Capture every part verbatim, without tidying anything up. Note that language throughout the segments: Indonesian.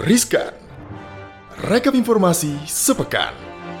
Riskan. Rekap informasi sepekan.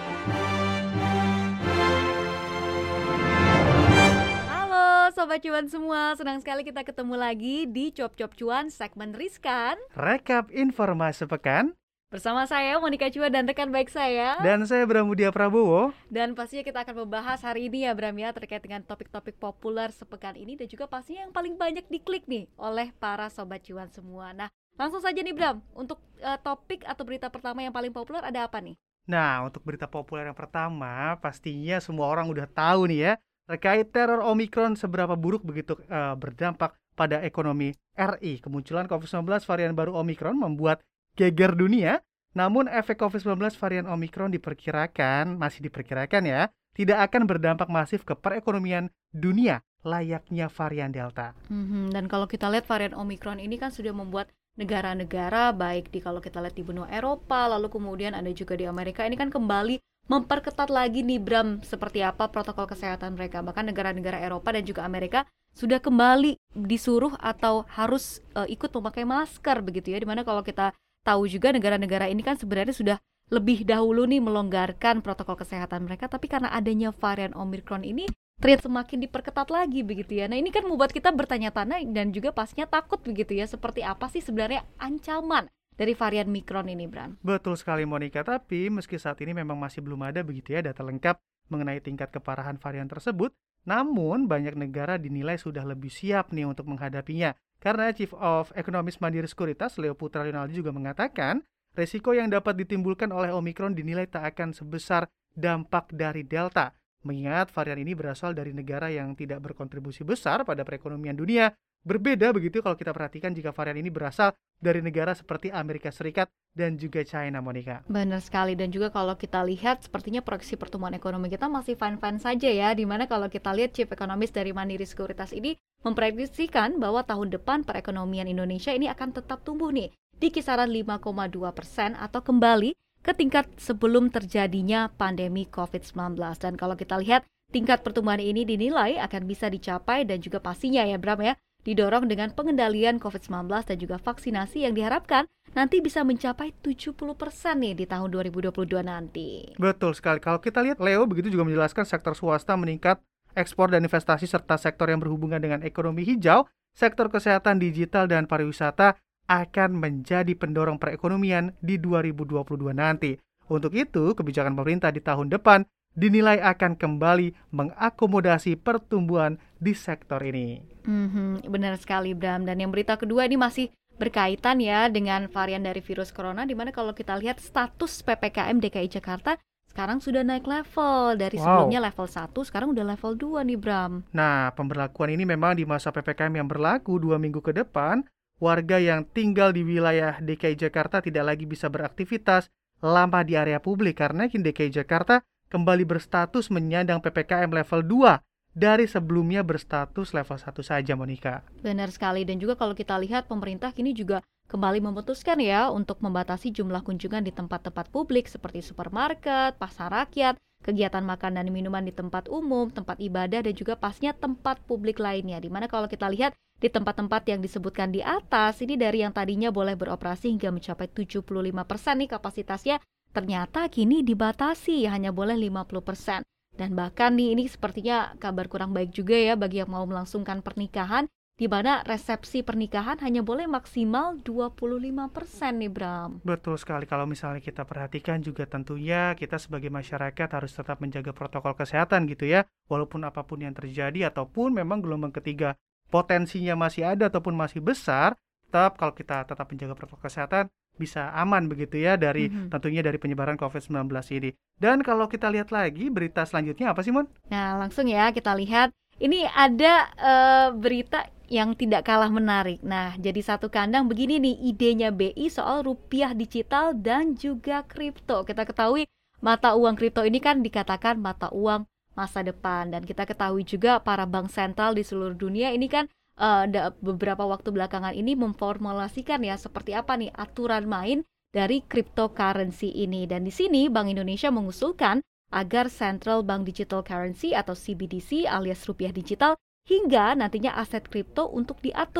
Halo Sobat Cuan semua, senang sekali kita ketemu lagi di Cuap-Cuap Cuan segmen Riskan. Rekap informasi sepekan. Bersama saya Monica Cuan dan rekan baik saya. Dan saya Bramudia Prabowo. Dan pastinya kita akan membahas hari ini ya Bram ya, terkait dengan topik-topik populer sepekan ini. Dan juga pastinya yang paling banyak diklik nih oleh para Sobat Cuan semua. Nah langsung saja nih Bram, untuk uh, topik atau berita pertama yang paling populer ada apa nih? Nah untuk berita populer yang pertama, pastinya semua orang udah tahu nih ya, terkait teror Omicron seberapa buruk begitu uh, berdampak pada ekonomi R I. Kemunculan covid sembilan belas varian baru Omicron membuat geger dunia, namun efek covid sembilan belas varian Omicron diperkirakan, masih diperkirakan ya, tidak akan berdampak masif ke perekonomian dunia layaknya varian Delta. Mm-hmm. Dan kalau kita lihat varian Omicron ini kan sudah membuat negara-negara, baik di kalau kita lihat di benua Eropa, lalu kemudian ada juga di Amerika, ini kan kembali memperketat lagi nih Bram, seperti apa protokol kesehatan mereka. Bahkan negara-negara Eropa dan juga Amerika sudah kembali disuruh atau harus uh, ikut memakai masker begitu ya, dimana kalau kita tahu juga negara-negara ini kan sebenarnya sudah lebih dahulu nih melonggarkan protokol kesehatan mereka, tapi karena adanya varian Omicron ini terlihat semakin diperketat lagi begitu ya. Nah ini kan membuat kita bertanya-tanya dan juga pastinya takut begitu ya, seperti apa sih sebenarnya ancaman dari varian Omicron ini, Bran? Betul sekali Monica, tapi meski saat ini memang masih belum ada begitu ya data lengkap mengenai tingkat keparahan varian tersebut, namun banyak negara dinilai sudah lebih siap nih untuk menghadapinya. Karena Chief of Economist Mandiri Sekuritas, Leo Putra Rinaldi juga mengatakan, resiko yang dapat ditimbulkan oleh Omicron dinilai tak akan sebesar dampak dari Delta. Mengingat varian ini berasal dari negara yang tidak berkontribusi besar pada perekonomian dunia. Berbeda begitu kalau kita perhatikan jika varian ini berasal dari negara seperti Amerika Serikat dan juga China, Monica. Benar sekali, dan juga kalau kita lihat sepertinya proyeksi pertumbuhan ekonomi kita masih fine-fine saja ya, dimana kalau kita lihat Chief Economist dari Mandiri Sekuritas ini memprediksikan bahwa tahun depan perekonomian Indonesia ini akan tetap tumbuh nih di kisaran lima koma dua persen atau kembali ke tingkat sebelum terjadinya pandemi covid sembilan belas. Dan kalau kita lihat tingkat pertumbuhan ini dinilai akan bisa dicapai dan juga pastinya ya Bram ya, didorong dengan pengendalian covid sembilan belas dan juga vaksinasi yang diharapkan nanti bisa mencapai tujuh puluh persen nih di tahun dua ribu dua puluh dua nanti. Betul sekali. Kalau kita lihat Leo begitu juga menjelaskan sektor swasta meningkat, ekspor dan investasi serta sektor yang berhubungan dengan ekonomi hijau, sektor kesehatan, digital dan pariwisata akan menjadi pendorong perekonomian di dua ribu dua puluh dua nanti. Untuk itu, kebijakan pemerintah di tahun depan dinilai akan kembali mengakomodasi pertumbuhan di sektor ini. Mm-hmm, benar sekali Bram. Dan yang berita kedua ini masih berkaitan ya dengan varian dari virus corona, di mana kalau kita lihat status P P K M D K I Jakarta sekarang sudah naik level. Dari wow. sebelumnya level satu, sekarang udah level dua nih Bram. Nah, pemberlakuan ini memang di masa P P K M yang berlaku dua minggu ke depan, warga yang tinggal di wilayah D K I Jakarta tidak lagi bisa beraktivitas lama di area publik karena D K I Jakarta kembali berstatus menyandang P P K M level dua dari sebelumnya berstatus level satu saja, Monica. Benar sekali, dan juga kalau kita lihat pemerintah kini juga kembali memutuskan ya untuk membatasi jumlah kunjungan di tempat-tempat publik seperti supermarket, pasar rakyat, kegiatan makan dan minuman di tempat umum, tempat ibadah dan juga pastinya tempat publik lainnya. Dimana kalau kita lihat di tempat-tempat yang disebutkan di atas, ini dari yang tadinya boleh beroperasi hingga mencapai tujuh puluh lima persen nih kapasitasnya, ternyata kini dibatasi hanya boleh lima puluh persen. Dan bahkan nih ini sepertinya kabar kurang baik juga ya bagi yang mau melangsungkan pernikahan, di mana resepsi pernikahan hanya boleh maksimal dua puluh lima persen nih Bram. Betul sekali, kalau misalnya kita perhatikan juga tentunya kita sebagai masyarakat harus tetap menjaga protokol kesehatan gitu ya. Walaupun apapun yang terjadi ataupun memang gelombang ketiga potensinya masih ada ataupun masih besar, tetap kalau kita tetap menjaga protokol kesehatan bisa aman begitu ya dari mm-hmm. tentunya dari penyebaran covid sembilan belas ini. Dan kalau kita lihat lagi berita selanjutnya apa sih Mon? Nah langsung ya kita lihat, ini ada uh, berita yang tidak kalah menarik. Nah jadi satu kandang begini nih idenya B I soal rupiah digital dan juga kripto. Kita ketahui mata uang kripto ini kan dikatakan mata uang masa depan, dan kita ketahui juga para bank sentral di seluruh dunia ini kan uh, beberapa waktu belakangan ini memformulasikan ya seperti apa nih aturan main dari cryptocurrency ini. Dan di sini Bank Indonesia mengusulkan agar Central Bank Digital Currency atau C B D C alias rupiah digital hingga nantinya aset kripto untuk diatur nih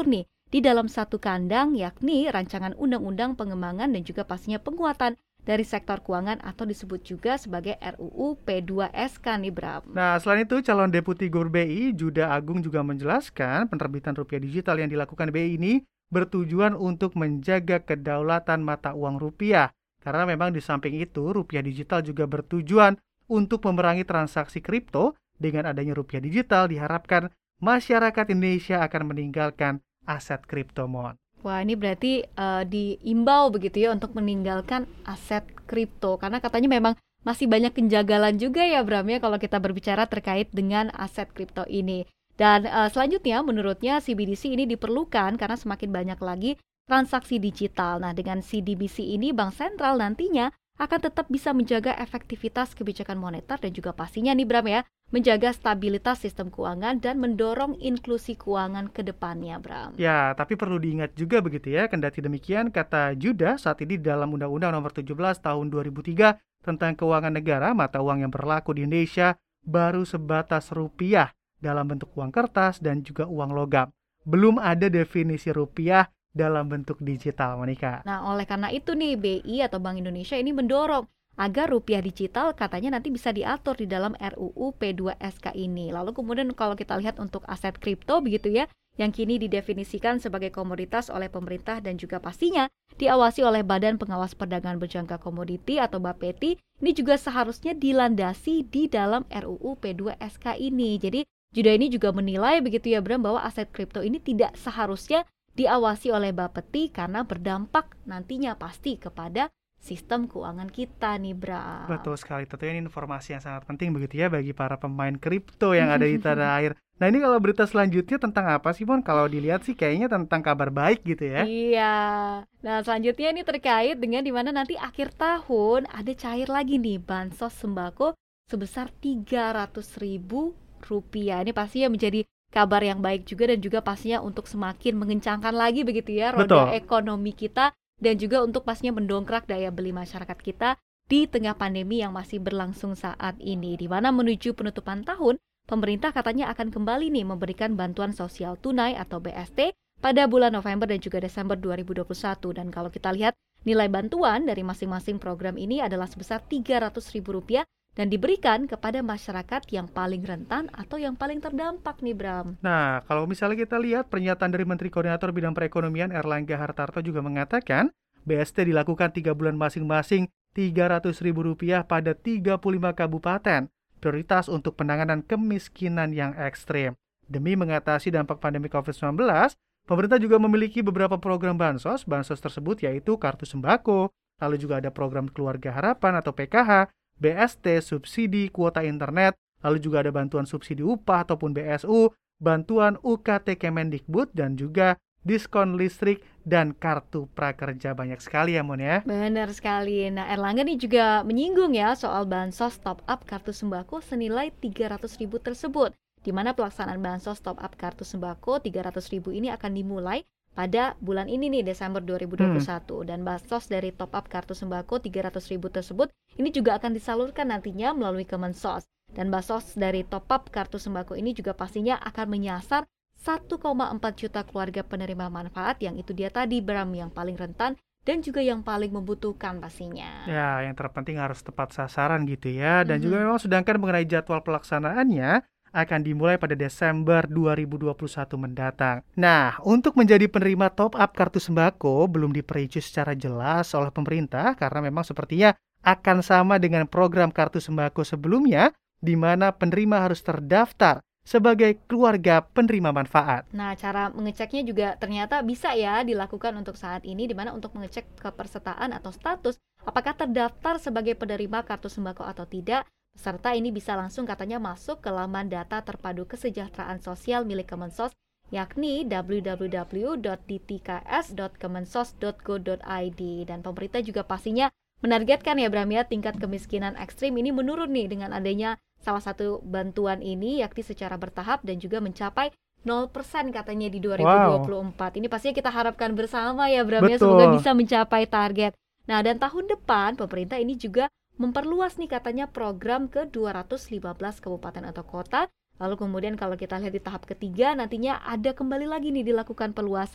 di dalam satu kandang, yakni rancangan undang-undang pengembangan dan juga pastinya penguatan dari sektor keuangan atau disebut juga sebagai R U U P dua S K nih Bram. Nah, selain itu, calon Deputi Gubernur B I, Juda Agung juga menjelaskan penerbitan rupiah digital yang dilakukan B I ini bertujuan untuk menjaga kedaulatan mata uang rupiah. Karena memang di samping itu, rupiah digital juga bertujuan untuk memerangi transaksi kripto. Dengan adanya rupiah digital, diharapkan masyarakat Indonesia akan meninggalkan aset kripto, Mon. Wah, ini berarti uh, diimbau begitu ya untuk meninggalkan aset kripto. Karena katanya memang masih banyak penjagalan juga ya Bram ya kalau kita berbicara terkait dengan aset kripto ini. Dan uh, selanjutnya menurutnya C B D C ini diperlukan karena semakin banyak lagi transaksi digital. Nah, dengan C D B C ini Bank Sentral nantinya akan tetap bisa menjaga efektivitas kebijakan moneter dan juga pastinya nih Bram ya, menjaga stabilitas sistem keuangan dan mendorong inklusi keuangan ke depannya, Bram. Ya, tapi perlu diingat juga begitu ya, kendati demikian, kata Juda, saat ini dalam Undang-Undang Nomor tujuh belas Tahun dua ribu tiga tentang keuangan negara, mata uang yang berlaku di Indonesia baru sebatas rupiah dalam bentuk uang kertas dan juga uang logam. Belum ada definisi rupiah dalam bentuk digital, Monica. Nah, oleh karena itu nih, B I atau Bank Indonesia ini mendorong agar rupiah digital katanya nanti bisa diatur di dalam R U U P dua S K ini. Lalu kemudian kalau kita lihat untuk aset kripto begitu ya, yang kini didefinisikan sebagai komoditas oleh pemerintah dan juga pastinya diawasi oleh Badan Pengawas Perdagangan Berjangka Komoditi atau Bapeti, ini juga seharusnya dilandasi di dalam R U U P dua S K ini. Jadi, Juda ini juga menilai begitu ya Bram, bahwa aset kripto ini tidak seharusnya diawasi oleh Bapeti karena berdampak nantinya pasti kepada sistem keuangan kita nih, Bram. Betul sekali, tentunya ini informasi yang sangat penting begitu ya bagi para pemain kripto yang ada di tanah air. Nah, ini kalau berita selanjutnya tentang apa sih, Mon? Kalau dilihat sih kayaknya tentang kabar baik gitu ya. Iya. Nah, selanjutnya ini terkait dengan dimana nanti akhir tahun ada cair lagi nih bansos sembako sebesar tiga ratus ribu rupiah. Ini pastinya menjadi kabar yang baik juga dan juga pastinya untuk semakin mengencangkan lagi begitu ya roda Betul. ekonomi kita dan juga untuk pastinya mendongkrak daya beli masyarakat kita di tengah pandemi yang masih berlangsung saat ini. Di mana menuju penutupan tahun, pemerintah katanya akan kembali nih memberikan bantuan sosial tunai atau B S T pada bulan November dan juga Desember dua ribu dua puluh satu. Dan kalau kita lihat nilai bantuan dari masing-masing program ini adalah sebesar tiga ratus ribu rupiah dan diberikan kepada masyarakat yang paling rentan atau yang paling terdampak nih, Bram. Nah, kalau misalnya kita lihat pernyataan dari Menteri Koordinator Bidang Perekonomian Erlangga Hartarto juga mengatakan B S T dilakukan tiga bulan masing-masing tiga ratus ribu rupiah pada tiga puluh lima kabupaten, prioritas untuk penanganan kemiskinan yang ekstrim. Demi mengatasi dampak pandemi covid sembilan belas, pemerintah juga memiliki beberapa program bansos. Bansos tersebut yaitu kartu sembako, lalu juga ada program Keluarga Harapan atau P K H, B S T, subsidi kuota internet, lalu juga ada bantuan subsidi upah ataupun B S U, bantuan U K T Kemendikbud, dan juga diskon listrik dan kartu prakerja. Banyak sekali ya, Mon ya. Benar sekali. Nah, Erlangga nih juga menyinggung ya soal bansos top up kartu sembako senilai tiga ratus ribu tersebut, di mana pelaksanaan bansos top up kartu sembako tiga ratus ribu ini akan dimulai pada bulan ini nih, Desember dua ribu dua puluh satu. Hmm. Dan bansos dari top up kartu sembako tiga ratus ribu tersebut ini juga akan disalurkan nantinya melalui Kemensos. Dan bansos dari top up kartu sembako ini juga pastinya akan menyasar satu koma empat juta keluarga penerima manfaat, yang itu dia tadi, Bram, yang paling rentan dan juga yang paling membutuhkan pastinya. Ya, yang terpenting harus tepat sasaran gitu ya. Dan Mm-hmm. juga memang sedangkan mengenai jadwal pelaksanaannya akan dimulai pada Desember dua ribu dua puluh satu mendatang. Nah, untuk menjadi penerima top up kartu sembako belum diperinci secara jelas oleh pemerintah karena memang sepertinya akan sama dengan program kartu sembako sebelumnya, di mana penerima harus terdaftar sebagai keluarga penerima manfaat. Nah, cara mengeceknya juga ternyata bisa ya dilakukan untuk saat ini, di mana untuk mengecek kepesertaan atau status apakah terdaftar sebagai penerima kartu sembako atau tidak. Peserta ini bisa langsung katanya masuk ke laman data terpadu kesejahteraan sosial milik Kemensos, yakni w w w dot d t k s dot kemensos dot go dot i d. Dan pemerintah juga pastinya menargetkan ya, Bram, ya, tingkat kemiskinan ekstrim ini menurun nih dengan adanya salah satu bantuan ini, yakni secara bertahap dan juga mencapai nol persen katanya di dua ribu dua puluh empat. Wow. Ini pastinya kita harapkan bersama ya, Bram, ya, semoga bisa mencapai target. Nah, dan tahun depan pemerintah ini juga memperluas nih katanya program ke dua ratus lima belas kabupaten atau kota. Lalu kemudian kalau kita lihat di tahap ketiga nantinya ada kembali lagi nih dilakukan perluasan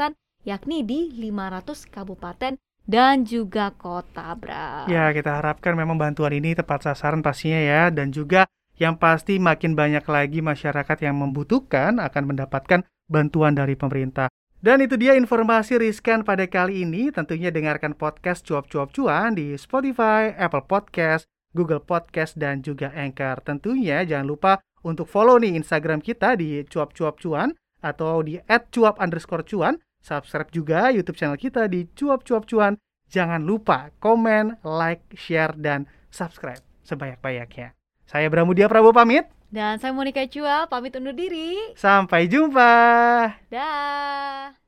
yakni di lima ratus kabupaten dan juga kota, Bram. Ya, kita harapkan memang bantuan ini tepat sasaran pastinya ya, dan juga yang pasti makin banyak lagi masyarakat yang membutuhkan akan mendapatkan bantuan dari pemerintah. Dan itu dia informasi Riskan pada kali ini. Tentunya dengarkan podcast Cuap-Cuap Cuan di Spotify, Apple Podcast, Google Podcast, dan juga Anchor. Tentunya jangan lupa untuk follow nih Instagram kita di Cuap-Cuap Cuan atau di et cuap underscore cuan. Subscribe juga YouTube channel kita di Cuap-Cuap Cuan. Jangan lupa komen, like, share, dan subscribe sebanyak-banyaknya. Saya Bramudia Prabowo pamit. Dan saya Monica Chua pamit undur diri. Sampai jumpa. Dah.